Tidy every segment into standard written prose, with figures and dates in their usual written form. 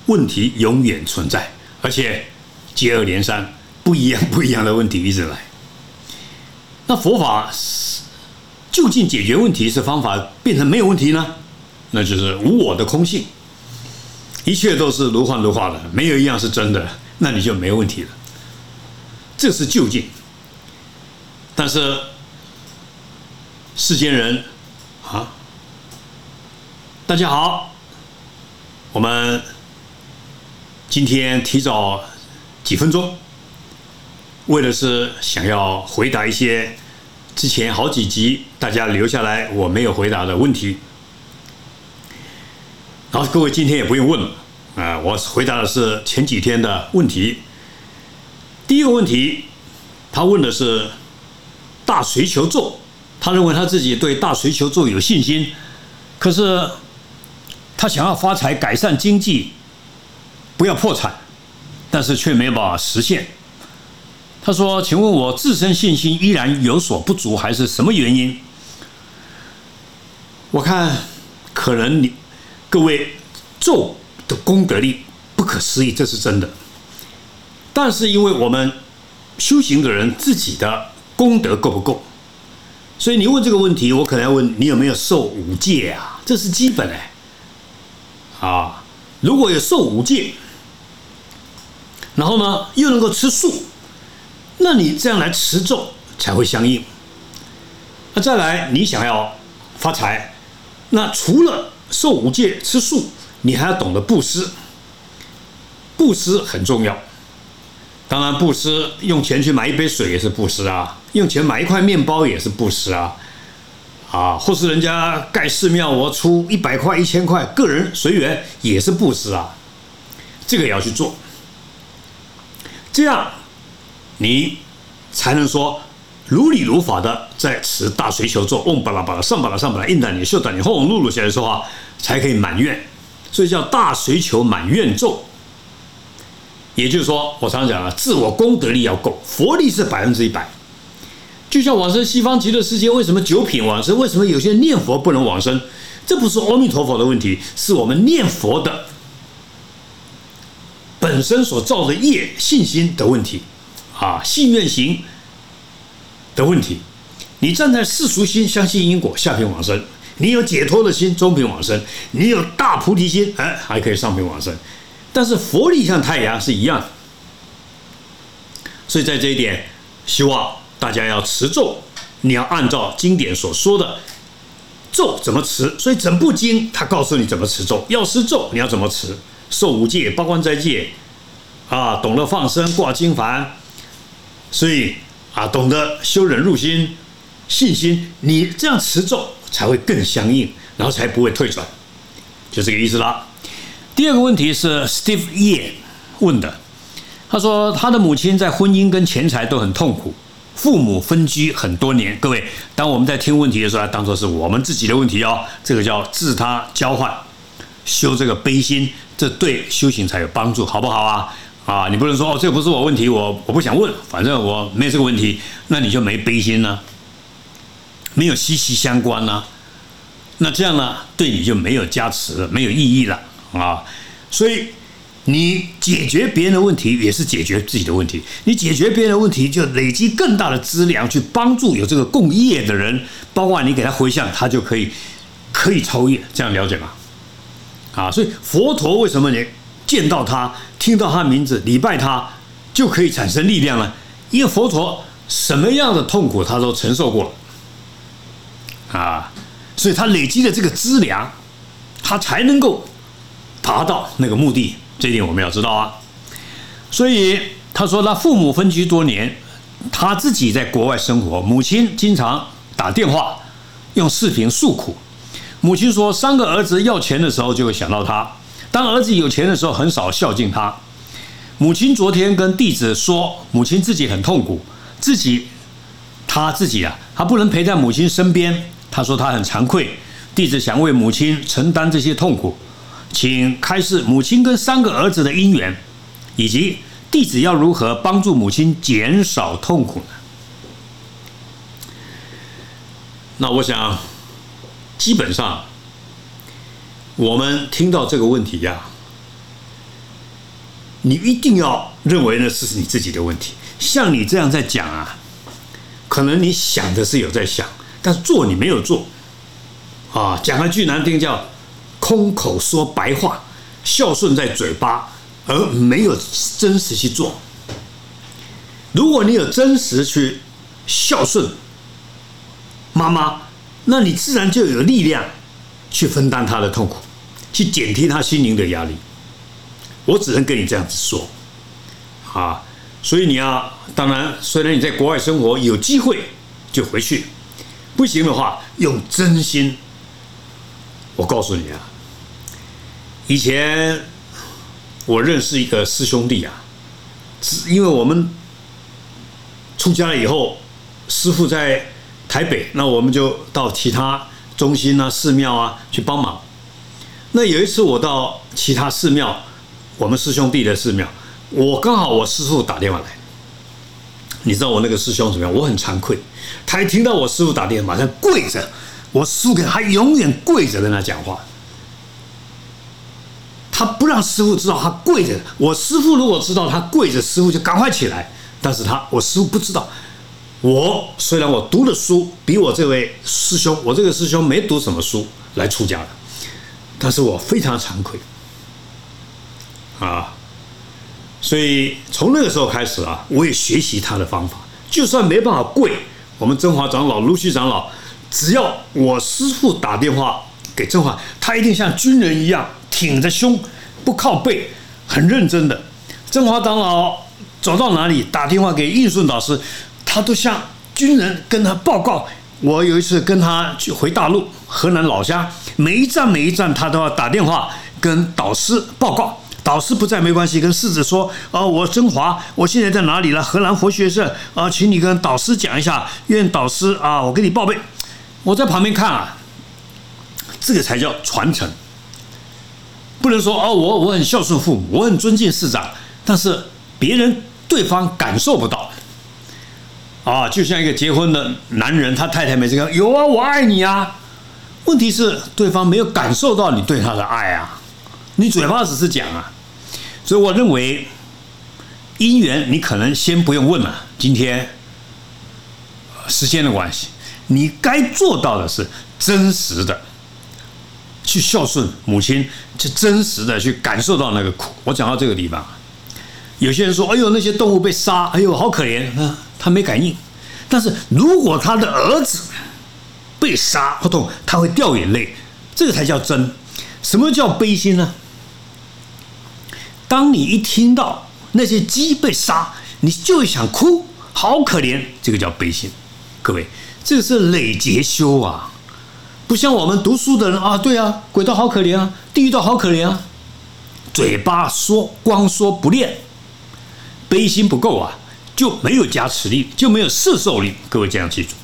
问题永远存在，而且接二连三，不一样的问题一直来。那佛法究竟解决问题是方法变成没有问题呢？那就是无我的空性，一切都是如幻如化的，没有一样是真的，那你就没问题了。这是究竟。但是世间人啊，大家好，我们今天提早几分钟，为的是想要回答一些之前好几集大家留下来我没有回答的问题。然后各位今天也不用问了我回答的是前几天的问题。第一个问题，他问的是大随求咒，他认为他自己对大随求咒有信心，可是他想要发财、改善经济、不要破产，但是却没有办法实现。他说：“请问我自身信心依然有所不足，还是什么原因？”我看可能各位咒的功德力不可思议，这是真的。但是因为我们修行的人自己的功德够不够，所以你问这个问题，我可能要问你有没有受五戒啊？这是基本如果有受五戒，然后呢又能够吃素，那你这样来持咒才会相应。那再来，你想要发财，那除了受五戒、吃素，你还要懂得布施。布施很重要。当然，布施用钱去买一杯水也是布施啊，用钱买一块面包也是布施啊，或是人家盖寺庙，我出100块、1000块，个人随缘也是布施啊，这个也要去做，这样你才能说如理如法的在持大随求咒，嗡巴拉巴拉上巴拉上巴拉印达尼秀达尼后露露起来说话，才可以满愿，所以叫大随求满愿咒。也就是说，我常讲自我功德力要够，佛力是100%。就像往生西方极乐世界，为什么9品往生？为什么有些人念佛不能往生？这不是阿弥陀佛的问题，是我们念佛的本身所造的业信心的问题信愿行的问题。你站在世俗心，相信因果，下品往生；你有解脱的心，中品往生；你有大菩提心，还可以上品往生。但是佛力像太阳是一样的，所以在这一点，希望大家要持咒，你要按照经典所说的咒怎么持。所以整部经他告诉你怎么持咒，要施咒你要怎么持，受五戒、八关斋戒懂得放生、挂经幡，所以懂得修忍入心、信心，你这样持咒才会更相应，然后才不会退转，就这个意思啦。第二个问题是 Steve Ye 问的，他说他的母亲在婚姻跟钱财都很痛苦，父母分居很多年。各位，当我们在听问题的时候，当作是我们自己的问题这个叫自他交换，修这个悲心，这对修行才有帮助，好不好你不能说这不是我问题，我不想问，反正我没有这个问题，那你就没悲心呢，没有息息相关呢，那这样呢对你就没有加持了，没有意义了所以你解决别人的问题也是解决自己的问题，你解决别人的问题就累积更大的资粮去帮助有这个共业的人，包括你给他回向，他就可以超越，这样了解吗？所以佛陀为什么你见到他、听到他的名字、礼拜他就可以产生力量呢？因为佛陀什么样的痛苦他都承受过了所以他累积的这个资粮，他才能够达到那个目的，这一点我们要知道所以他说他父母分居多年，他自己在国外生活，母亲经常打电话用视频诉苦。母亲说3个儿子要钱的时候就会想到他，当儿子有钱的时候很少孝敬他。母亲昨天跟弟子说，母亲自己很痛苦，他自己他不能陪在母亲身边，他说他很惭愧，弟子想为母亲承担这些痛苦，请开示母亲跟3个儿子的因缘，以及弟子要如何帮助母亲减少痛苦呢？那我想基本上我们听到这个问题你一定要认为那是你自己的问题。像你这样在讲啊，可能你想的是有在想，但是做你没有做啊。讲一句难听叫空口说白话，孝顺在嘴巴，而没有真实去做。如果你有真实去孝顺妈妈，那你自然就有力量去分担她的痛苦，去减轻她心灵的压力。我只能跟你这样子说啊。所以你要，当然，虽然你在国外生活，有机会就回去，不行的话，用真心。我告诉你啊，以前我认识一个师兄弟啊，因为我们出家了以后，师父在台北，那我们就到其他中心啊、寺庙啊去帮忙。那有一次我到其他寺庙，我们师兄弟的寺庙。刚好我师父打电话来，你知道我那个师兄怎么样？我很惭愧，他一听到我师父打电话，马上跪着，我师父给他永远跪着跟他讲话，他不让师父知道他跪着。我师父如果知道他跪着，师父就赶快起来，但是我师父不知道。虽然我读的书比我这位师兄，我这个师兄没读什么书来出家的，但是我非常惭愧啊。所以从那个时候开始啊，我也学习他的方法。就算没办法跪，我们真华长老、卢旭长老，只要我师父打电话给真华，他一定像军人一样挺着胸，不靠背，很认真的。真华长老走到哪里，打电话给印顺导师，他都像军人跟他报告。我有一次跟他去回大陆河南老家，每一站他都要打电话跟导师报告。导师不在没关系，跟世子说我真华，我现在在哪里了？荷兰佛学社请你跟导师讲一下，愿导师我给你报备。我在旁边看啊，这个才叫传承。不能说我很孝顺父母，我很尊敬师长，但是别人对方感受不到就像一个结婚的男人，他太太每次讲有啊，我爱你啊，问题是对方没有感受到你对他的爱啊，你嘴巴只是讲啊。所以我认为姻缘你可能先不用问了，今天时间的关系，你该做到的是真实的去孝顺母亲，去真实的去感受到那个苦。我讲到这个地方，有些人说哎呦那些动物被杀，哎呦好可怜他没感应。但是如果他的儿子被杀或痛，他会掉眼泪，这个才叫真。什么叫悲心呢？当你一听到那些鸡被杀，你就会想哭，好可怜，这个叫悲心。各位，这个是累劫修啊，不像我们读书的人对啊，鬼道好可怜啊，地狱道好可怜啊，嘴巴说光说不练，悲心不够啊，就没有加持力，就没有摄受力。各位这样记住。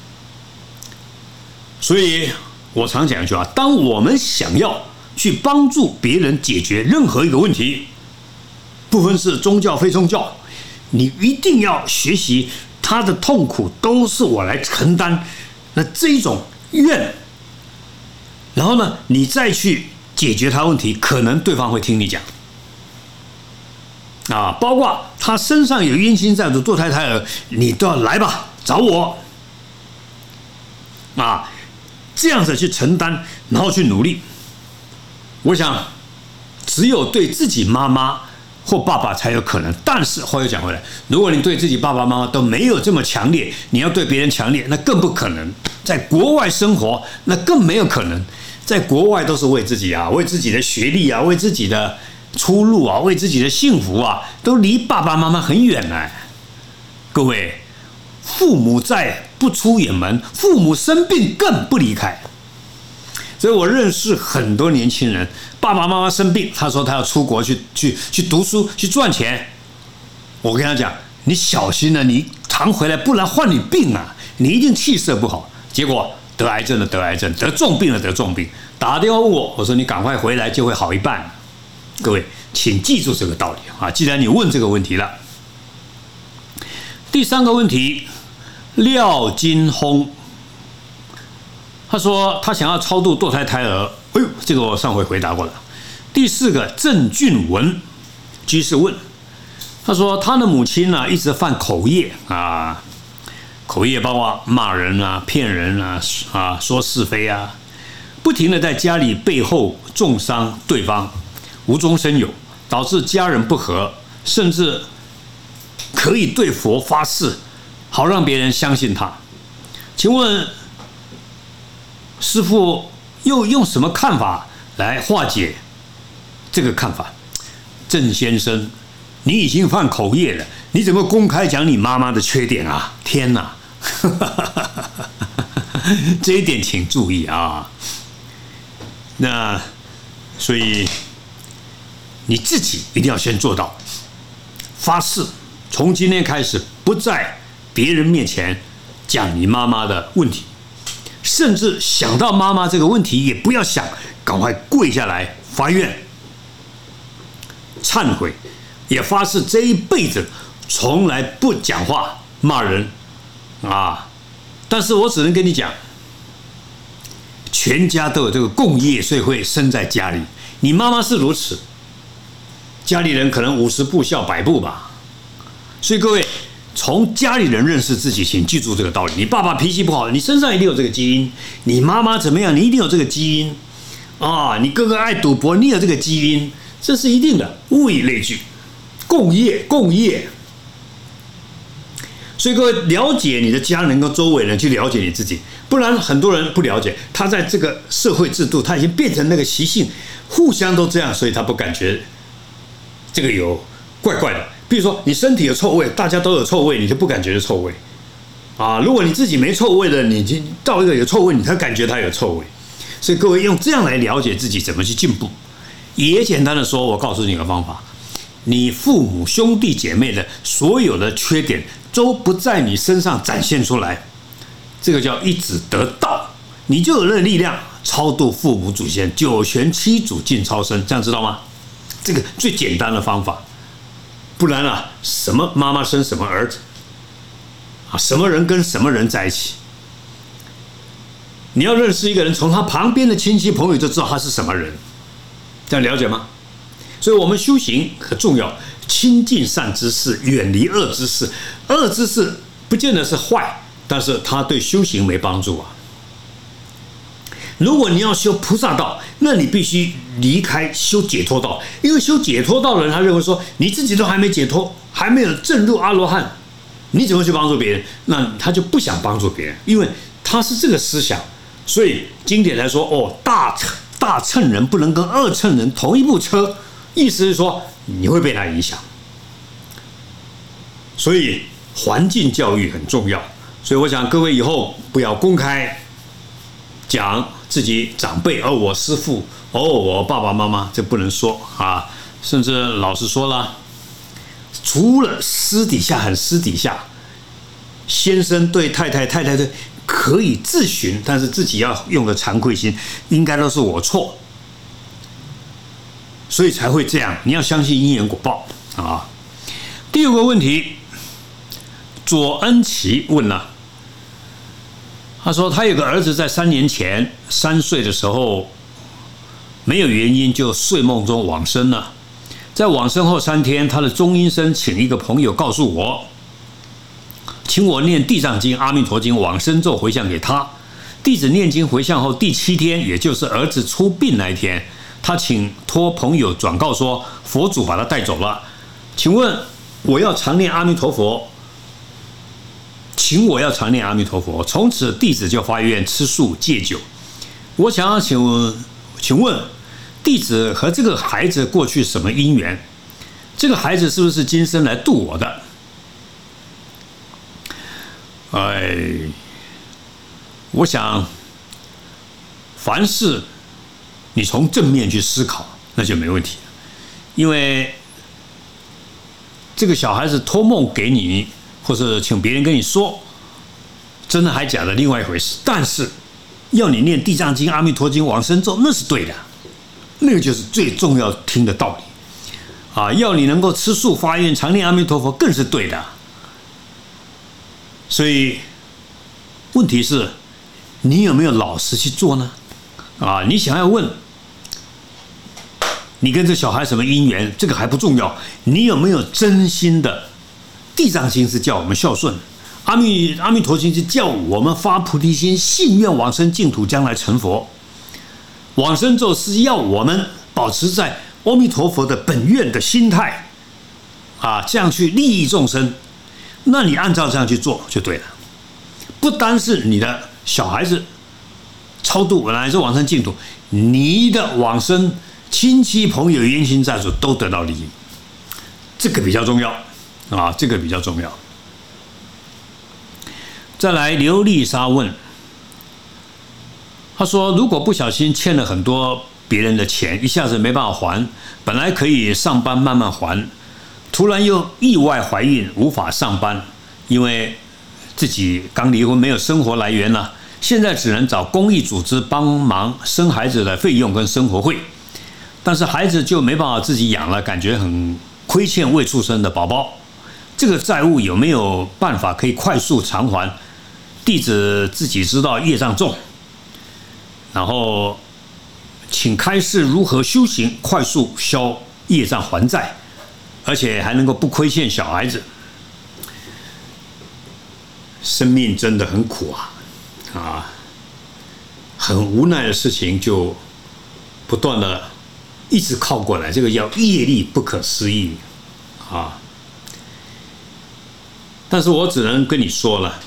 所以我常讲一句当我们想要去帮助别人解决任何一个问题，不分是宗教非宗教，你一定要学习他的痛苦都是我来承担，那这一种愿，然后呢，你再去解决他问题，可能对方会听你讲包括他身上有冤亲债主、堕胎胎儿，你都要来吧，找我这样子去承担，然后去努力。我想只有对自己妈妈或爸爸才有可能。但是话又讲回来，如果你对自己爸爸妈妈都没有这么强烈，你要对别人强烈，那更不可能。在国外生活，那更没有可能。在国外都是为自己为自己的学历为自己的出路为自己的幸福都离爸爸妈妈很远了。各位，父母在不出远门，父母生病更不离开。所以我认识很多年轻人，爸爸妈妈生病，他说他要出国去读书去赚钱。我跟他讲，你小心了，你常回来，不然换你病你一定气色不好。结果得癌症的得癌症，得重病的得重病。打电话问我，我说你赶快回来就会好一半。各位，请记住这个道理既然你问这个问题了。第三个问题，廖金轰，他说他想要超度堕胎胎儿，这个我上回回答过了。第四个，郑俊文， 居士问，他说他的母亲呢一直犯口业啊，口业包括骂人啊、骗人啊、说是非啊，不停的在家里背后重伤对方，无中生有，导致家人不和，甚至可以对佛发誓，好让别人相信他。请问师父又用什么看法来化解这个看法？郑先生，你已经犯口业了，你怎么公开讲你妈妈的缺点啊？天哪！这一点请注意啊。那所以你自己一定要先做到发誓，从今天开始不在别人面前讲你妈妈的问题，甚至想到妈妈这个问题也不要想，赶快跪下来发愿忏悔，也发誓这一辈子从来不讲话骂人啊！但是我只能跟你讲，全家都有这个共业，所以会生在家里。你妈妈是如此，家里人可能50步笑100步吧。所以各位，从家里人认识自己，请记住这个道理。你爸爸脾气不好，你身上一定有这个基因；你妈妈怎么样，你一定有这个基因啊！你哥哥爱赌博，你有这个基因，这是一定的。物以类聚，共业，共业。所以各位了解你的家人跟周围人，去了解你自己，不然很多人不了解，他在这个社会制度，他已经变成那个习性，互相都这样，所以他不感觉这个有怪怪的。比如说你身体有臭味，大家都有臭味，你就不感觉有臭味啊。如果你自己没臭味的，你就到一个有臭味，你才感觉它有臭味。所以各位用这样来了解自己，怎么去进步。也简单的说，我告诉你一个方法，你父母兄弟姐妹的所有的缺点都不在你身上展现出来，这个叫一指得道，你就有那个力量超度父母祖先，九泉七祖尽超生，这样知道吗？这个最简单的方法。不然啊，什么妈妈生什么儿子啊，什么人跟什么人在一起，你要认识一个人，从他旁边的亲戚朋友就知道他是什么人，这样了解吗？所以我们修行很重要，亲近善知识，远离恶知识。恶知识不见得是坏，但是它对修行没帮助啊。如果你要修菩萨道，那你必须离开修解脱道，因为修解脱道的人，他认为说你自己都还没解脱，还没有证入阿罗汉，你怎么去帮助别人？那他就不想帮助别人，因为他是这个思想。所以经典来说，哦，大乘人不能跟二乘人同一部车，意思是说你会被他影响。所以环境教育很重要。所以我想各位以后不要公开讲自己长辈，我师父，我爸爸妈妈，这不能说啊。甚至老师说了，除了私底下很私底下，先生对太太，太太对可以自寻，但是自己要用的惭愧心，应该都是我错，所以才会这样。你要相信因缘果报啊。第二个问题，左恩琪问了。他说他有个儿子在3年前3岁的时候没有原因就睡梦中往生了，在往生后3天，他的中阴身请一个朋友告诉我，请我念地藏经、阿弥陀经往生咒回向给他。弟子念经回向后第7天，也就是儿子出殡那一天，他请托朋友转告说佛祖把他带走了，请问我要常念阿弥陀佛，我要常念阿弥陀佛，从此弟子就发愿吃素戒酒。我想要请问弟子和这个孩子过去什么因缘？这个孩子是不是今生来度我的？我想凡事你从正面去思考，那就没问题。因为这个小孩子托梦给你，或者请别人跟你说，真的还假的另外一回事。但是要你念地藏经、阿弥陀经、往生咒，那是对的，那个就是最重要听的道理啊！要你能够吃素发愿常念阿弥陀佛，更是对的。所以问题是你有没有老实去做呢？你想要问你跟这小孩什么姻缘，这个还不重要，你有没有真心的？地藏经是叫我们孝顺，阿弥陀经是叫我们发菩提心，信愿往生净土，将来成佛。往生咒是要我们保持在阿弥陀佛的本愿的心态这样去利益众生。那你按照这样去做就对了。不单是你的小孩子超度乃至往生净土，你的往生亲戚朋友冤亲债主都得到利益，这个比较重要这个比较重要。再来，刘丽莎问，他说如果不小心欠了很多别人的钱，一下子没办法还，本来可以上班慢慢还，突然又意外怀孕无法上班，因为自己刚离婚没有生活来源了，现在只能找公益组织帮忙生孩子的费用跟生活费，但是孩子就没办法自己养了，感觉很亏欠未出生的宝宝。这个债务有没有办法可以快速偿还？弟子自己知道业障重，然后请开示如何修行快速消业障还债，而且还能够不亏欠小孩子。生命真的很苦很无奈的事情就不断的一直靠过来，这个叫业力不可思议但是我只能跟你说了，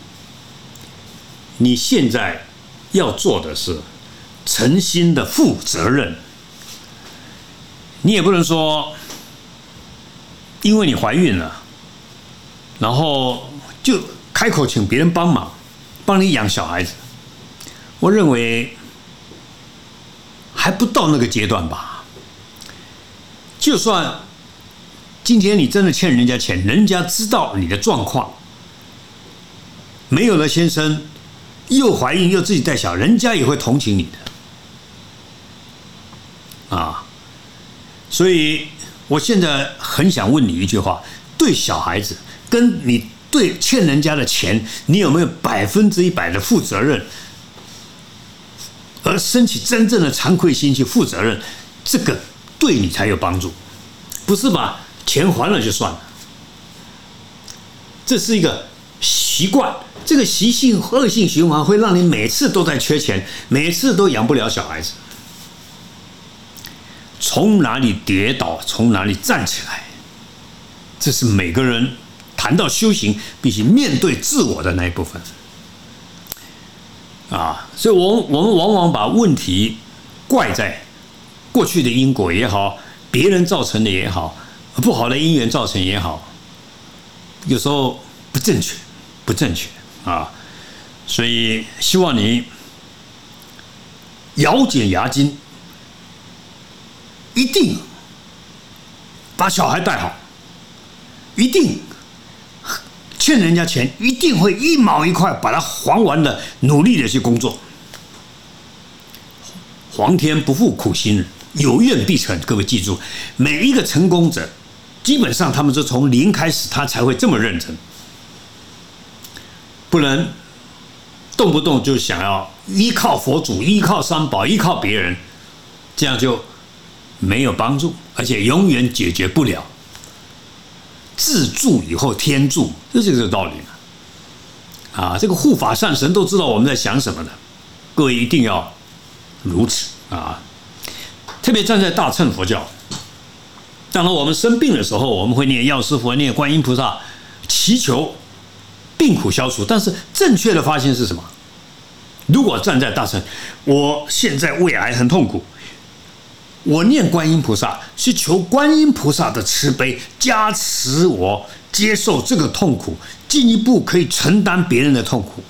你现在要做的是诚心的负责任。你也不能说因为你怀孕了，然后就开口请别人帮忙帮你养小孩子。我认为还不到那个阶段吧。就算今天你真的欠人家钱，人家知道你的状况，没有了先生，又怀孕又自己带小孩，人家也会同情你的所以我现在很想问你一句话，对小孩子跟你对欠人家的钱，你有没有100%的负责任，而升起真正的惭愧心去负责任，这个对你才有帮助，不是把钱还了就算了。这是一个习惯，这个习性恶性循环会让你每次都在缺钱，每次都养不了小孩子。从哪里跌倒，从哪里站起来，这是每个人谈到修行必须面对自我的那一部分所以我们往往把问题怪在过去的因果也好，别人造成的也好，不好的因缘造成也好，有时候不正确所以希望你咬紧牙筋，一定把小孩带好，一定欠人家钱，一定会一毛一块把它还完的，努力的去工作。皇天不负苦心人，有愿必成。各位记住，每一个成功者，基本上他们是从零开始，他才会这么认真，不能动不动就想要依靠佛祖、依靠三宝、依靠别人，这样就没有帮助，而且永远解决不了。自助以后天助，这是这个道理这个护法善神都知道我们在想什么的，各位一定要如此特别站在大乘佛教，当然我们生病的时候，我们会念药师佛、念观音菩萨，祈求病苦消除。但是正确的发现是什么？如果站在大乘，我现在胃癌很痛苦，我念观音菩萨是求观音菩萨的慈悲加持我接受这个痛苦，进一步可以承担别人的痛苦，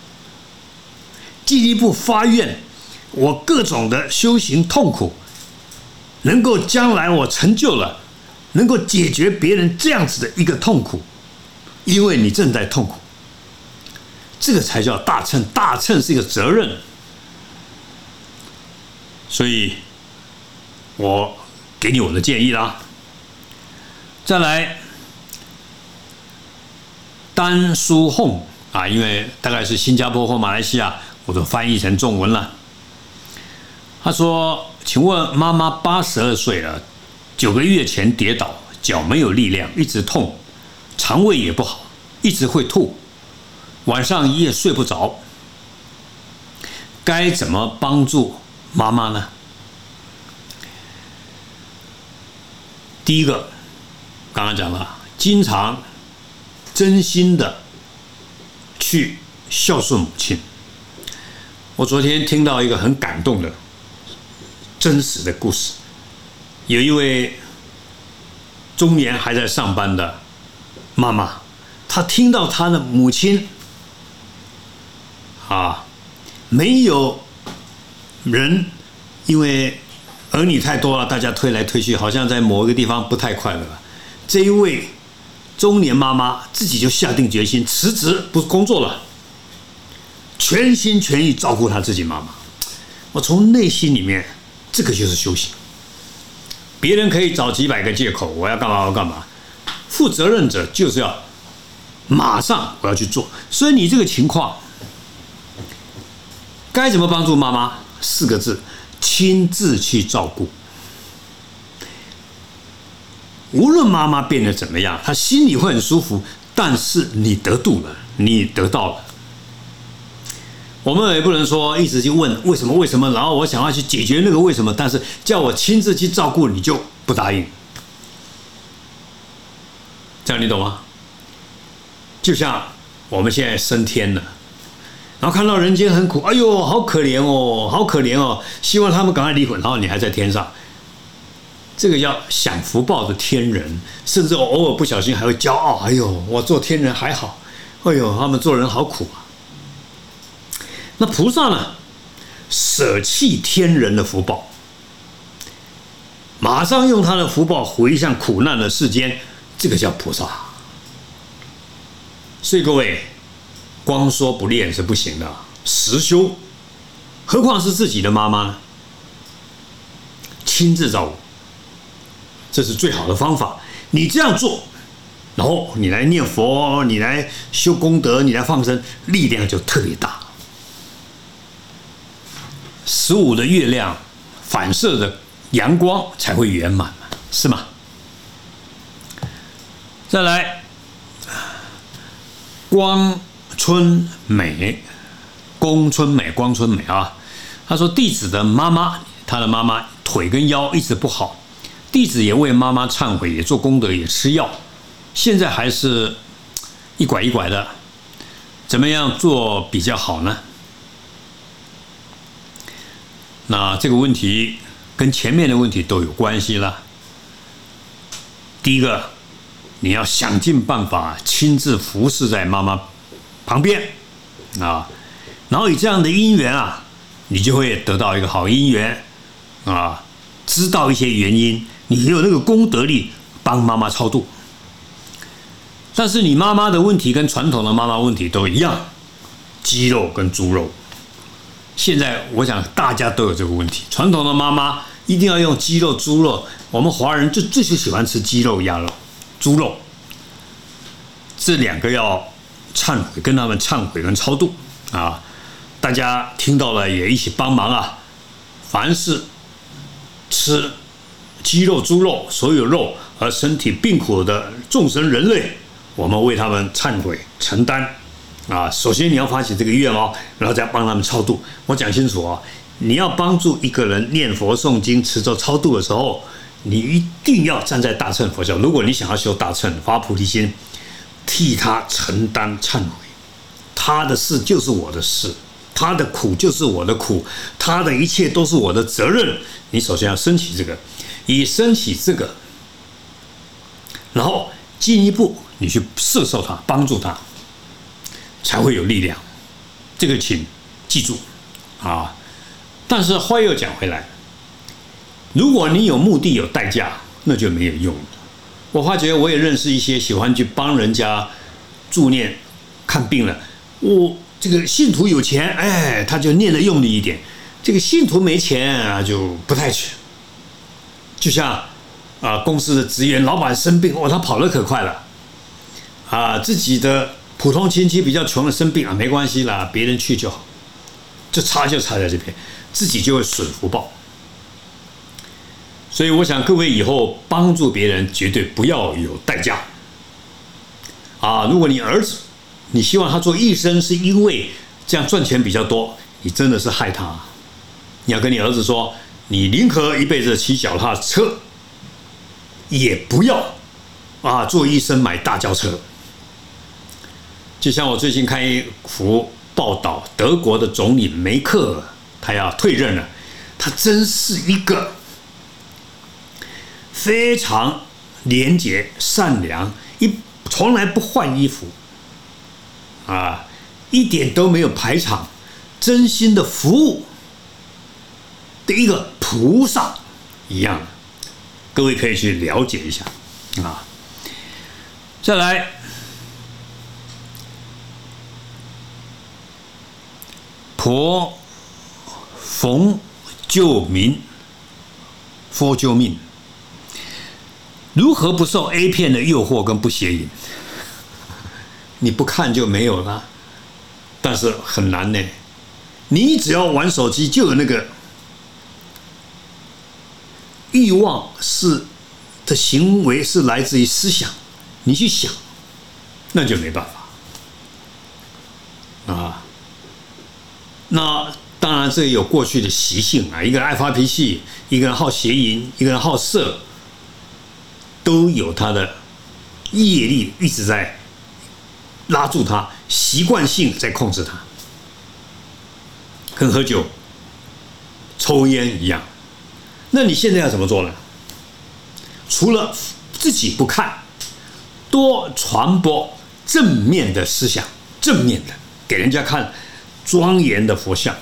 进一步发愿我各种的修行痛苦能够将来我成就了，能够解决别人这样子的一个痛苦，因为你正在痛苦，这个才叫大乘。大乘是一个责任，所以我给你我的建议啦。再来，丹书哄因为大概是新加坡或马来西亚，我都翻译成中文了。 他说：“请问妈妈82岁了，9个月前跌倒，脚没有力量，一直痛，肠胃也不好，一直会吐，晚上一夜睡不着，该怎么帮助妈妈呢？”第一个，刚刚讲了，经常真心的去孝顺母亲。我昨天听到一个很感动的真实的故事，有一位中年还在上班的妈妈，她听到她的母亲没有人，因为儿女太多了，大家推来推去，好像在某一个地方不太快乐。这一位中年妈妈自己就下定决心辞职不工作了，全心全意照顾她自己妈妈。我从内心里面，这个就是修行。别人可以找几百个借口，我要干嘛我要干嘛，负责任者就是要马上我要去做。所以你这个情况该怎么帮助妈妈？4个字：亲自去照顾。无论妈妈变得怎么样，她心里会很舒服，但是你得度了，你得到了。我们也不能说一直去问为什么为什么，然后我想要去解决那个为什么，但是叫我亲自去照顾你就不答应，这样你懂吗？就像我们现在升天了，然后看到人间很苦，哎呦好可怜哦，好可怜哦，希望他们赶快离婚，然后你还在天上，这个要享福报的天人，甚至偶尔不小心还会骄傲，哎呦我做天人还好，哎呦他们做人好苦啊。那菩萨呢？舍弃天人的福报，马上用他的福报回向苦难的世间，这个叫菩萨。所以各位，光说不练是不行的，实修，何况是自己的妈妈呢？亲自照顾，这是最好的方法。你这样做，然后你来念佛，你来修功德，你来放生，力量就特别大。15的月亮反射的阳光才会圆满，是吗？再来，光春美啊，他说弟子的妈妈，他的妈妈腿跟腰一直不好，弟子也为妈妈忏悔，也做功德，也吃药，现在还是一拐一拐的，怎么样做比较好呢？那这个问题跟前面的问题都有关系了。第一个，你要想尽办法亲自服侍在妈妈旁边啊，然后以这样的因缘啊，你就会得到一个好因缘啊，知道一些原因，你有那个功德力帮妈妈超度。但是你妈妈的问题跟传统的妈妈问题都一样，鸡肉跟猪肉。现在我想大家都有这个问题，传统的妈妈一定要用鸡肉、猪肉，我们华人最喜欢吃鸡肉、鸭肉、猪肉，这2个要忏悔，跟他们忏悔跟超度啊！大家听到了也一起帮忙啊！凡是吃鸡肉、猪肉，所有肉而身体病苦的众生人类，我们为他们忏悔承担。首先你要发起这个愿哦，然后再帮他们超度。我讲清楚哦，你要帮助一个人念佛诵经持咒超度的时候，你一定要站在大乘佛教。如果你想要修大乘发菩提心，替他承担忏悔，他的事就是我的事，他的苦就是我的苦，他的一切都是我的责任。你首先要升起这个，以升起这个，然后进一步你去摄受他，帮助他，才会有力量。这个请记住啊！但是话又讲回来，如果你有目的有代价，那就没有用了。我发觉我也认识一些喜欢去帮人家助念看病了，这个信徒有钱，哎，他就念得用力一点；这个信徒没钱啊，就不太去。就像公司的职员，老板生病，他跑得可快了自己的普通亲戚比较穷的生病没关系啦，别人去就好，就差在这边，自己就会损福报。 所以我想各位以后帮助别人绝对不要有代价啊！如果你儿子，你希望他做医生是因为这样赚钱比较多，你真的是害他。你要跟你儿子说，你宁可一辈子骑脚踏车，也不要做医生买大轿车。就像我最近看一幅报道，德国的总理梅克尔他要退任了，他真是一个非常廉洁善良，从来不换衣服一点都没有排场，真心的服务的一个菩萨一样。各位可以去了解一下再来，婆逢救民，佛救命。如何不受 A 片的诱惑跟不邪淫？你不看就没有了，但是很难呢。你只要玩手机，就有那个欲望的行为是来自于思想，你去想，那就没办法那当然这有过去的习性一个人爱发脾气，一个人好邪淫，一个人好色，都有他的业力一直在拉住他，习惯性在控制他，跟喝酒、抽烟一样。那你现在要怎么做呢？除了自己不看，多传播正面的思想，正面的给人家看庄严的佛像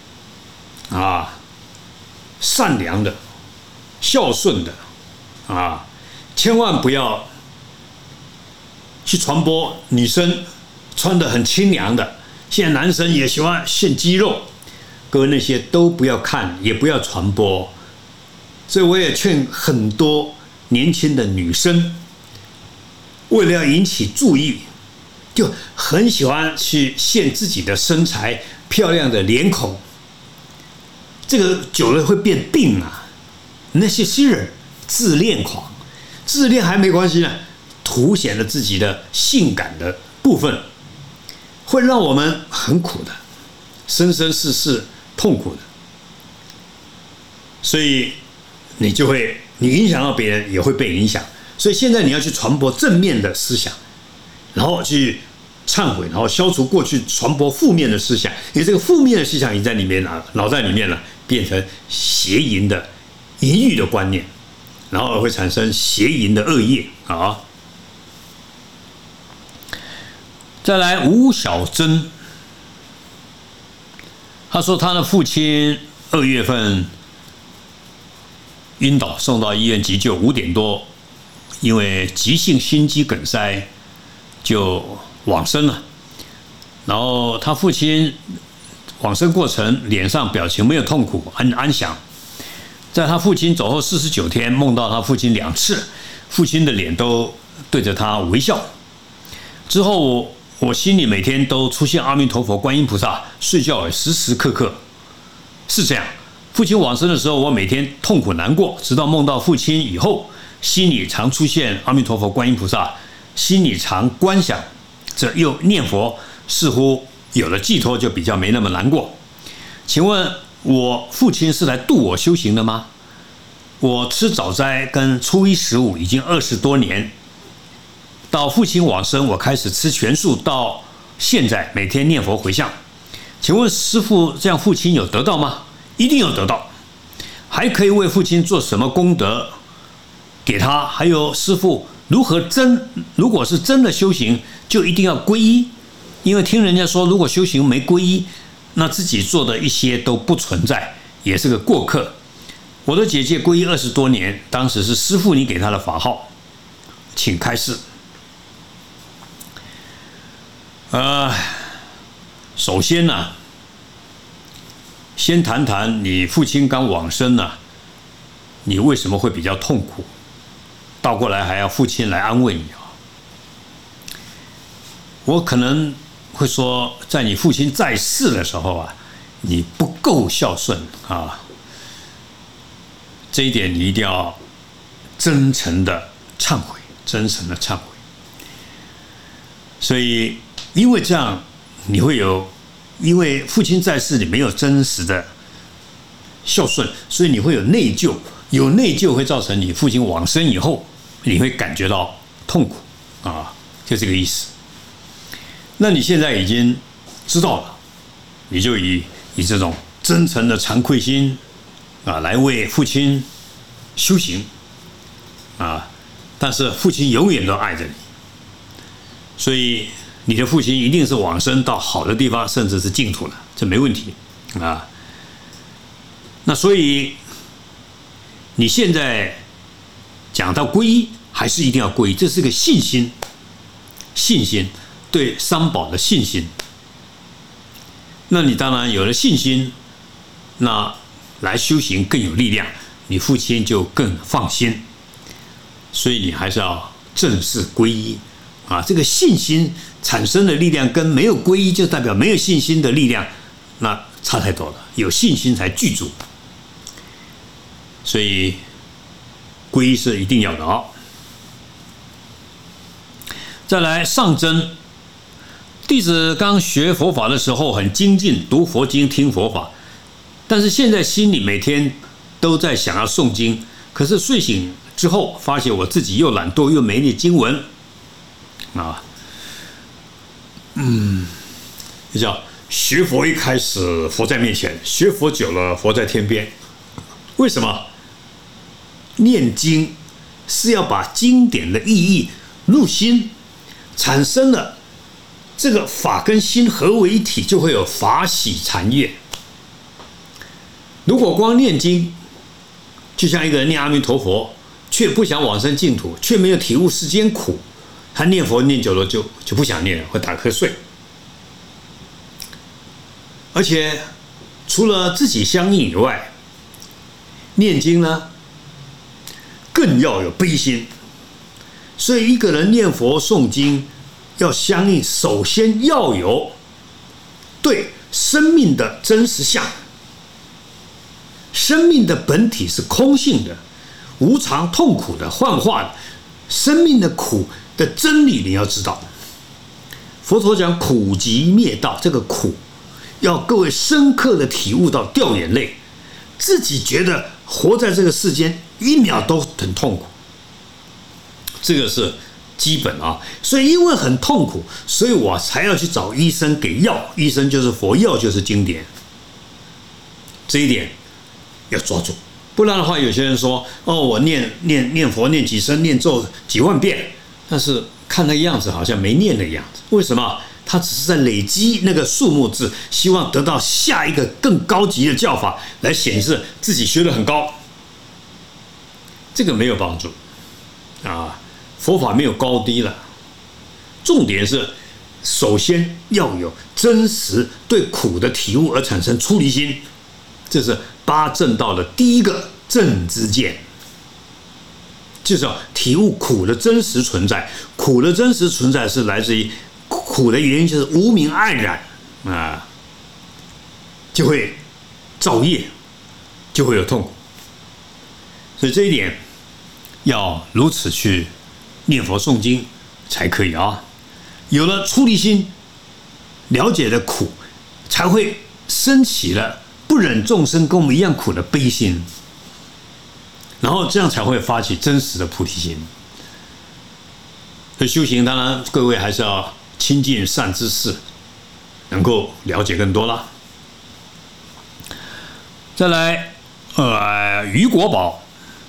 善良的、孝顺的千万不要去传播女生穿得很清凉的，现在男生也喜欢现肌肉，各位那些都不要看，也不要传播。所以我也劝很多年轻的女生，为了要引起注意，就很喜欢去现自己的身材、漂亮的脸孔，这个久了会变病那些人自恋狂，自恋还没关系呢，凸显了自己的性感的部分，会让我们很苦的，生生世世痛苦的。所以你影响到别人，也会被影响。所以现在你要去传播正面的思想，然后去忏悔，然后消除过去传播负面的思想，因为这个负面的思想已经在里面脑袋里面了，变成邪淫的淫欲的观念，然后会产生邪淫的恶业再来，吴小珍，他说他的父亲2月份晕倒，送到医院急救，5点多，因为急性心肌梗塞就往生了。然后他父亲往生过程脸上表情没有痛苦，很安详。在他父亲走后49天，梦到他父亲2次，父亲的脸都对着他微笑。之后我心里每天都出现阿弥陀佛、观音菩萨，睡觉也时时刻刻是这样。父亲往生的时候，我每天痛苦难过，直到梦到父亲以后，心里常出现阿弥陀佛、观音菩萨，心里常观想，这又念佛，似乎有了寄托，就比较没那么难过。请问我父亲是来度我修行的吗？我吃早斋跟初一十五已经20多年，到父亲往生，我开始吃全素，到现在每天念佛回向。请问师父，这样父亲有得到吗？一定有得到。还可以为父亲做什么功德给他？还有师父如果是真的修行，就一定要皈依，因为听人家说，如果修行没皈依，那自己做的一些都不存在，也是个过客。我的姐姐皈依20多年，当时是师父你给她的法号，请开示。首先先谈谈你父亲刚往生你为什么会比较痛苦？倒过来还要父亲来安慰你我可能会说，在你父亲在世的时候你不够孝顺这一点你一定要真诚的忏悔，真诚的忏悔。所以因为这样你会有，因为父亲在世你没有真实的孝顺，所以你会有内疚，有内疚会造成你父亲往生以后你会感觉到痛苦啊，就这个意思。那你现在已经知道了，你就以这种真诚的惭愧心啊来为父亲修行啊，但是父亲永远都爱着你，所以你的父亲一定是往生到好的地方，甚至是净土了，这没问题啊。那所以你现在讲到皈依，还是一定要皈依，这是个信心，信心对三宝的信心。那你当然有了信心，那来修行更有力量，你父亲就更放心。所以你还是要正式皈依啊！这个信心产生的力量跟没有皈依就代表没有信心的力量，那差太多了。有信心才具足，所以皈依是一定要的啊。再来上真，弟子刚学佛法的时候很精进，读佛经听佛法，但是现在心里每天都在想要诵经，可是睡醒之后发现我自己又懒惰又没念经文啊，就叫学佛一开始佛在面前，学佛久了佛在天边。为什么？念经是要把经典的意义入心，产生了这个法跟心合为一体，就会有法喜禅悦。如果光念经，就像一个人念阿弥陀佛，却不想往生净土，却没有体悟世间苦，他念佛念久了就不想念了，会打瞌睡。而且除了自己相应以外，念经呢更要有悲心。所以一个人念佛诵经要相应，首先要有对生命的真实相。生命的本体是空性的、无常、痛苦的、幻化的，生命的苦的真理你要知道。佛陀讲苦集灭道，这个苦要各位深刻的体悟到，掉眼泪，自己觉得活在这个世间一秒都很痛苦，这个是基本啊。所以因为很痛苦，所以我才要去找医生给药，医生就是佛，药就是经典，这一点要抓住。不然的话，有些人说我念佛念几声，念咒几万遍，但是看那个样子好像没念的样子。为什么？他只是在累积那个数目字，希望得到下一个更高级的教法来显示自己学得很高，这个没有帮助啊。佛法没有高低了，重点是首先要有真实对苦的体悟而产生出离心，这是八正道的第一个正知见，就是要体悟苦的真实存在。苦的真实存在是来自于苦的原因，就是无明暗染啊，就会造业，就会有痛苦。所以这一点要如此去念佛诵经才可以啊。有了出离心，了解了苦，才会升起了不忍众生跟我们一样苦的悲心，然后这样才会发起真实的菩提心。所以修行当然各位还是要亲近善知识，能够了解更多啦。再来于国宝，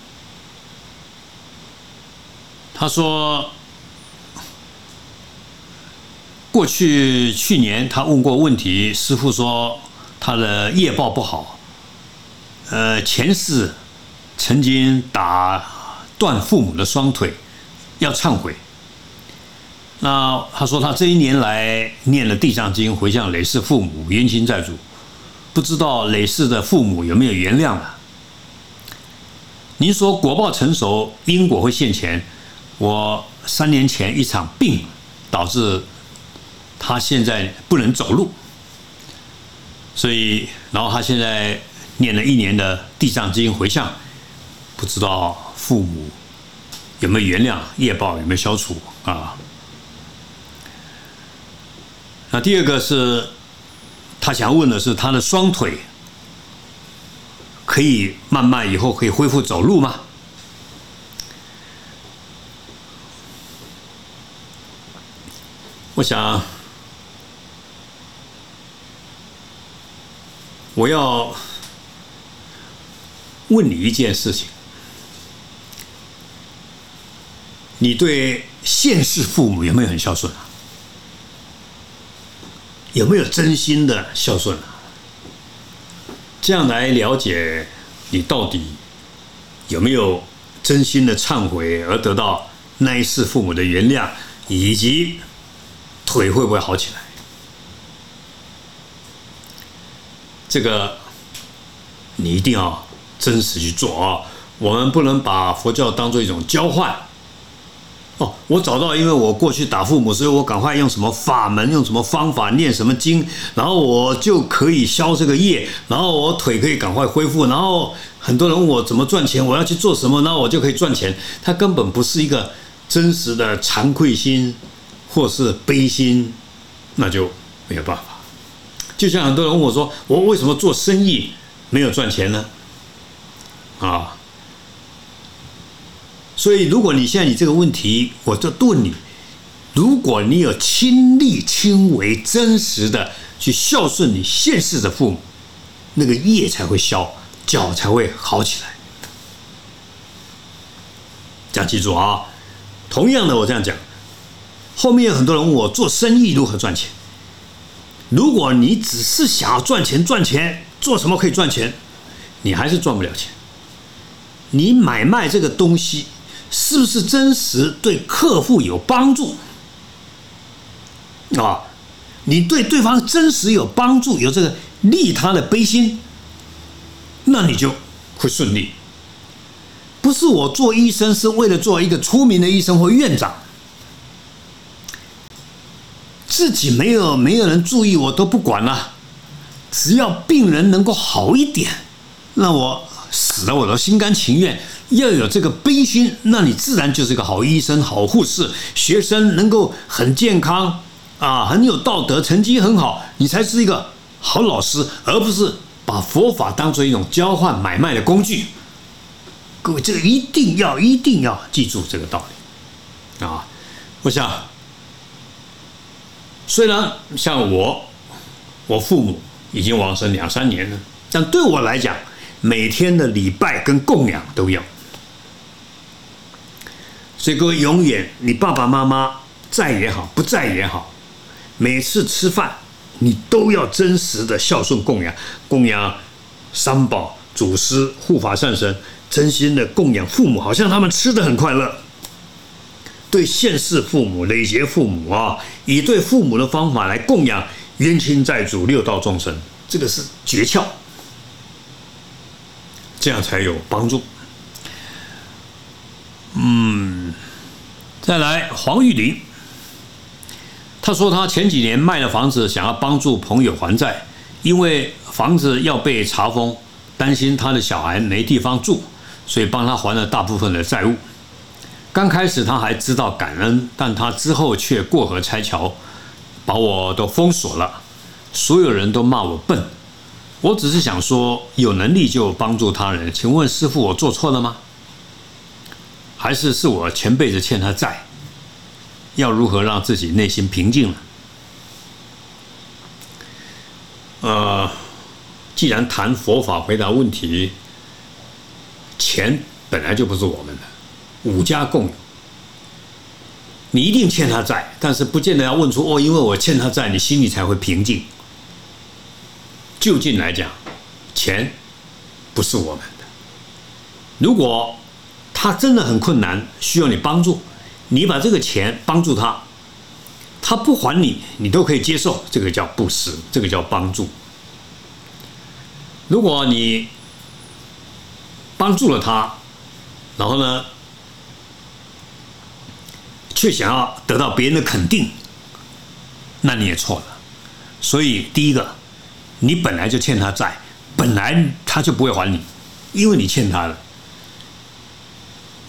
他说去年他问过问题，师父说他的业报不好，前世曾经打断父母的双腿，要忏悔。那他说他这一年来念了地藏经，回向累世父母冤亲债主，不知道累世的父母有没有原谅了。您说果报成熟，因果会现前。我3年前一场病导致他现在不能走路，所以然后他现在念了1年的地藏经回向， 不知道父母有没有原谅，业报有没有消除啊？那第二个是，他想问的是，他的双腿可以慢慢以后可以恢复走路吗？我想，我要问你一件事情：你对现世父母有没有很孝顺啊？有没有真心的孝顺啊？这样来了解你到底有没有真心的忏悔，而得到那一世父母的原谅，以及腿会不会好起来？这个你一定要真实去做啊！我们不能把佛教当作一种交换。我找到，因为我过去打父母，所以我赶快用什么法门，用什么方法，念什么经，然后我就可以消这个业，然后我腿可以赶快恢复，然后很多人问我怎么赚钱，我要去做什么，然后我就可以赚钱。它根本不是一个真实的惭愧心或是悲心，那就没有办法。就像很多人问我说，我为什么做生意没有赚钱呢？啊！所以，如果你现在你这个问题，我就问你：如果你有亲力亲为、真实的去孝顺你现世的父母，那个业才会消，脚才会好起来。这样记住啊！同样的，我这样讲，后面有很多人问我做生意如何赚钱。如果你只是想要赚钱，做什么可以赚钱，你还是赚不了钱。你买卖这个东西，是不是真实对客户有帮助啊？你对对方真实有帮助，有这个利他的悲心，那你就会顺利。不是我做医生是为了做一个出名的医生或院长，自己没有人注意我都不管了，只要病人能够好一点，那我死了我都心甘情愿。要有这个悲心，那你自然就是一个好医生、好护士，学生能够很健康啊，很有道德，成绩很好，你才是一个好老师，而不是把佛法当作一种交换买卖的工具。各位，这个一定要记住这个道理啊！我想，虽然像我父母已经往生2、3年了，但对我来讲，每天的礼拜跟供养都要。所以各位，永远你爸爸妈妈在也好，不在也好，每次吃饭你都要真实的孝顺供养三宝、祖师、护法善神，真心的供养父母，好像他们吃得很快乐。对现世父母、累劫父母啊，以对父母的方法来供养冤亲债主、六道众生，这个是诀窍，这样才有帮助。再来黄玉玲，他说他前几年卖了房子，想要帮助朋友还债，因为房子要被查封，担心他的小孩没地方住，所以帮他还了大部分的债务。刚开始他还知道感恩，但他之后却过河拆桥，把我都封锁了，所有人都骂我笨。我只是想说，有能力就帮助他人，请问师父，我做错了吗？还是我前辈子欠他债？要如何让自己内心平静呢？既然谈佛法回答问题，钱本来就不是我们的，五家共有。你一定欠他债，但是不见得要问出因为我欠他债，你心里才会平静。就近来讲，钱不是我们的。如果他真的很困难，需要你帮助，你把这个钱帮助他，他不还你，你都可以接受，这个叫布施，这个叫帮助。如果你帮助了他，然后呢，却想要得到别人的肯定，那你也错了。所以第一个，你本来就欠他债，本来他就不会还你，因为你欠他了。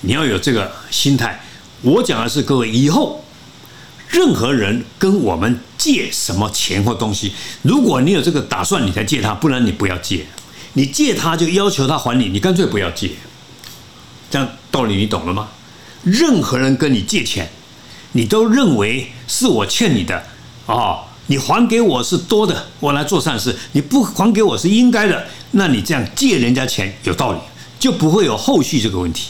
你要有这个心态。我讲的是各位以后任何人跟我们借什么钱或东西，如果你有这个打算，你才借他，不然你不要借。你借他就要求他还你，你干脆不要借。这样道理你懂了吗？任何人跟你借钱，你都认为是我欠你的你还给我是多的，我来做善事，你不还给我是应该的，那你这样借人家钱有道理，就不会有后续这个问题。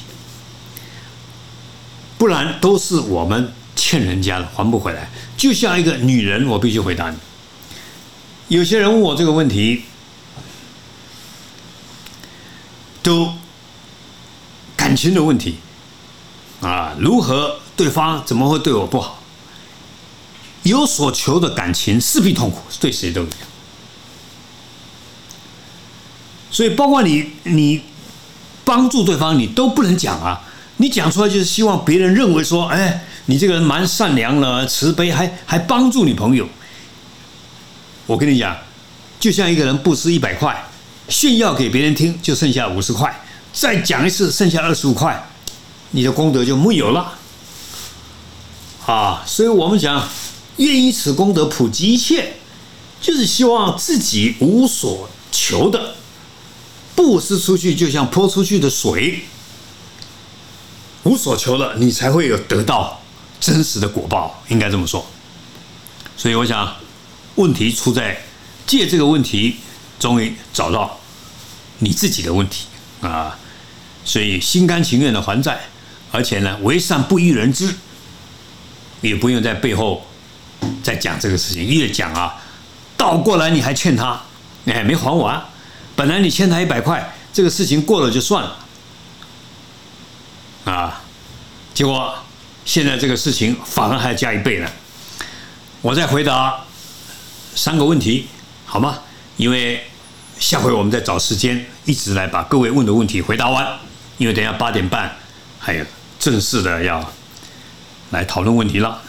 不然都是我们欠人家的，还不回来。就像一个女人，我必须回答你。有些人问我这个问题，都感情的问题如何对方怎么会对我不好？有所求的感情势必痛苦，对谁都一样。所以包括你帮助对方，你都不能讲你讲出来就是希望别人认为说，你这个人蛮善良了，慈悲，还帮助你朋友。我跟你讲，就像一个人布施100块，炫耀给别人听，就剩下50块，再讲一次，剩下25块，你的功德就没有了所以我们讲，愿以此功德普及一切，就是希望自己无所求的布施出去，就像泼出去的水，无所求了，你才会有得到真实的果报，应该这么说。所以我想，问题出在借这个问题，终于找到你自己的问题所以心甘情愿的还债，而且呢，为善不欲人知，也不用在背后再讲这个事情，越讲倒过来你还欠他，你还没还完。本来你欠他100块，这个事情过了就算了结果现在这个事情反而还加1倍了。我再回答3个问题好吗？因为下回我们再找时间一直来把各位问的问题回答完，因为等一下8点半还有正式的要来讨论问题了。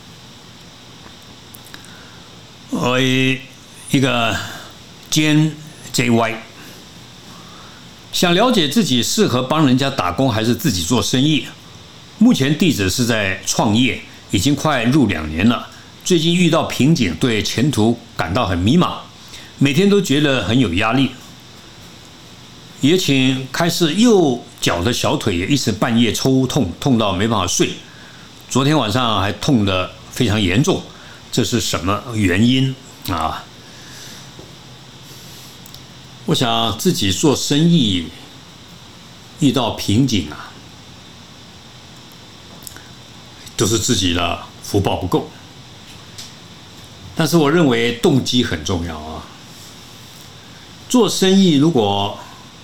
一个兼 JY 想了解自己适合帮人家打工还是自己做生意。目前弟子是在创业，已经快入2年了。最近遇到瓶颈，对前途感到很迷茫，每天都觉得很有压力。也请开始右脚的小腿也一直半夜抽痛，痛到没办法睡。昨天晚上还痛得非常严重，这是什么原因我想自己做生意遇到瓶颈都是自己的福报不够。但是我认为动机很重要做生意如果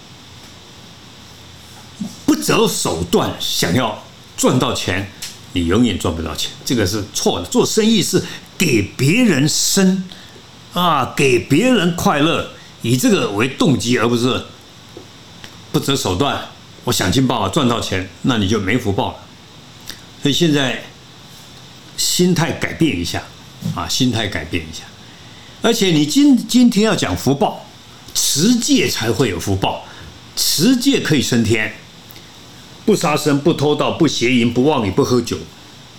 不择手段想要赚到钱，你永远赚不到钱，这个是错的。做生意是给别人生给别人快乐，以这个为动机，而不是不择手段，我想尽办法赚到钱，那你就没福报了。所以现在心态改变一下心态改变一下。而且你今天要讲福报，持戒才会有福报，持戒可以升天，不杀生，不偷盗，不邪淫，不妄语，不喝酒。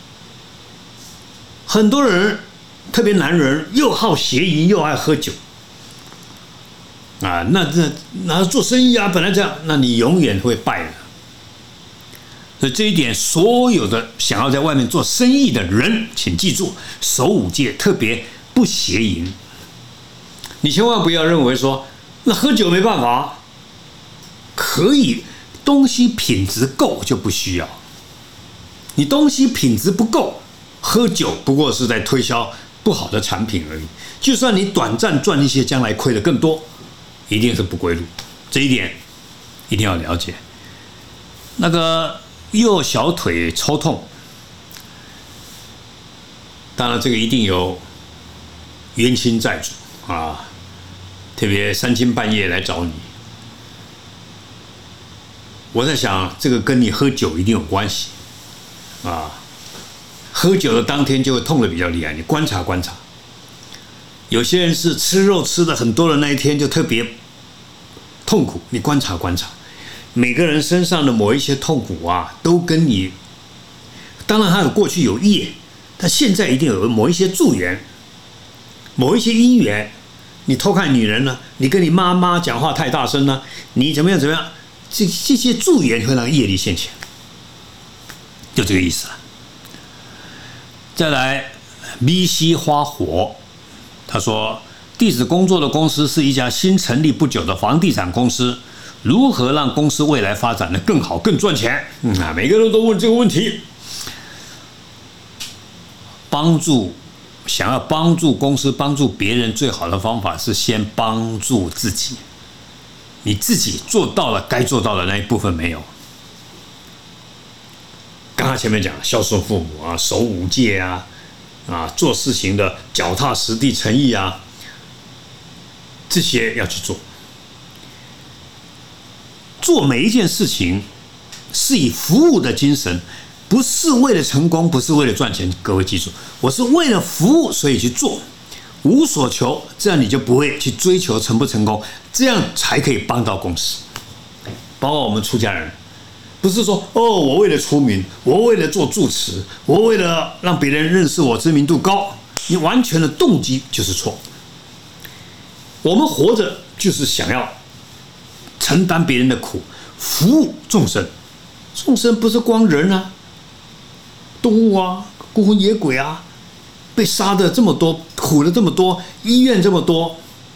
很多人特别男人又好邪淫又爱喝酒那做生意本来这样，那你永远会败的。所以这一点，所有的想要在外面做生意的人，请记住，守5戒，特别不邪淫。你千万不要认为说，那喝酒没办法，可以，东西品质够就不需要。你东西品质不够，喝酒不过是在推销不好的产品而已。就算你短暂赚一些，将来亏得更多，一定是不归路。这一点一定要了解。那个右小腿抽痛，当然这个一定有冤亲债主特别3更半夜来找你。我在想，这个跟你喝酒一定有关系喝酒的当天就会痛得比较厉害，你观察观察。有些人是吃肉吃的很多的那一天就特别痛苦，你观察观察。 每个人身上的某一些痛苦啊，都跟你，当然他有过去有业，但现在一定有某一些助缘，某一些因缘。你偷看女人呢，你跟你妈妈讲话太大声呢，你怎么样，这些助缘会让业力现前，就这个意思了。再来 ，VC 花火，他说，弟子工作的公司是一家新成立不久的房地产公司，如何让公司未来发展的更好、更赚钱？每个人都问这个问题。想要帮助公司、帮助别人，最好的方法是先帮助自己。你自己做到了该做到的那一部分没有？刚刚前面讲孝顺父母啊，守五戒啊，做事情的脚踏实地、诚意啊，这些要去做。做每一件事情是以服务的精神。不是为了成功，不是为了赚钱，各位记住，我是为了服务，所以去做，无所求，这样你就不会去追求成不成功，这样才可以帮到公司。包括我们出家人，不是说我为了出名，我为了做住持，我为了让别人认识我知名度高，你完全的动机就是错。我们活着就是想要承担别人的苦，服务众生。众生不是光人啊。动物啊，孤魂野鬼啊，被杀的这么多，苦了这么多，医院这么多，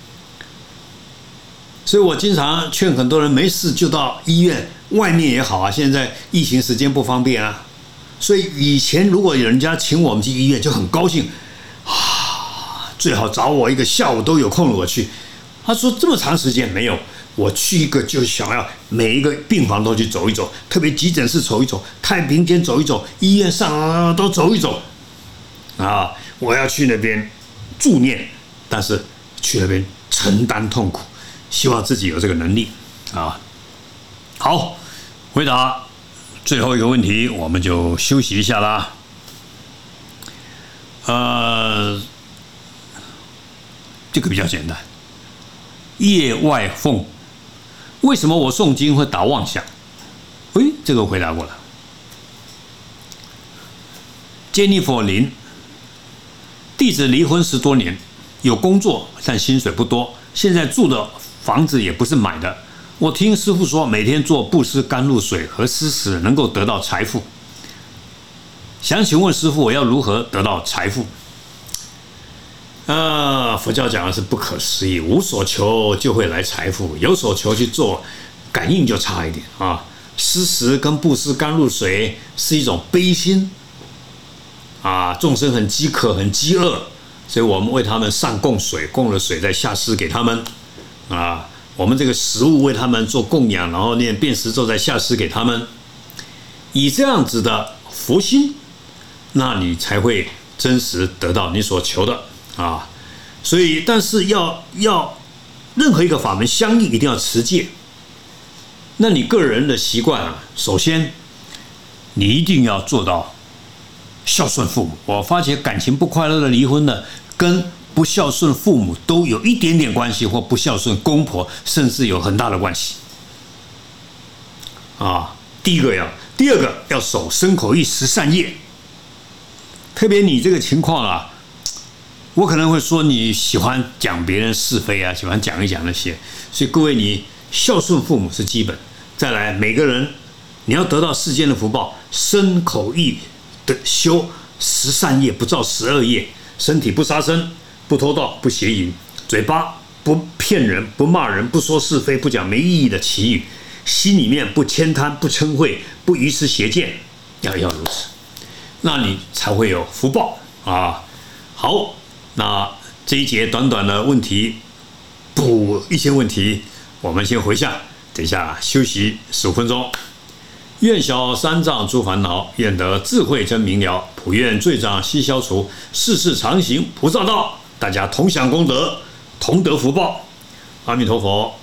所以我经常劝很多人没事就到医院外面也好啊。现在疫情时间不方便啊，所以以前如果有人家请我们去医院，就很高兴最好找我一个下午都有空了我去。他说这么长时间没有。我去一个就想要每一个病房都去走一走，特别急诊室走一走，太平间走一走，医院上都走一走我要去那边助念，但是去那边承担痛苦，希望自己有这个能力好，回答最后一个问题，我们就休息一下啦。这个比较简单，业外奉。为什么我诵经会打妄想？这个回答过了。Jennifer 林，弟子离婚10多年，有工作，但薪水不多，现在住的房子也不是买的。我听师父说，每天做布施甘露水和施食能够得到财富。想请问师父，我要如何得到财富？佛教讲的是不可思议，无所求就会来财富，有所求去做，感应就差一点施食跟布施甘露水是一种悲心众生很饥渴很饥饿，所以我们为他们上供水，供了水再下施给他们我们这个食物为他们做供养，然后念遍十咒再下施给他们，以这样子的佛心，那你才会真实得到你所求的所以但是要任何一个法门相应一定要持戒。那你个人的习惯首先你一定要做到孝顺父母。我发觉感情不快乐的离婚的跟不孝顺父母都有一点点关系，或不孝顺公婆甚至有很大的关系第二个要守身口意十善业。特别你这个情况我可能会说你喜欢讲别人是非喜欢讲一讲那些，所以各位，你孝顺父母是基本，再来每个人你要得到世间的福报，身口意的修十善业，不造12业，身体不杀生，不偷盗，不邪淫，嘴巴不骗人，不骂人，不说是非，不讲没意义的奇语，心里面不悭贪，不嗔恚，不愚痴邪见，要如此，那你才会有福报好，那这一节短短的问题补一些问题，我们先回下，等一下休息15分钟。愿消三障诸烦恼，愿得智慧真明了，普愿罪障悉消除，世世常行菩萨道。大家同享功德，同得福报。阿弥陀佛。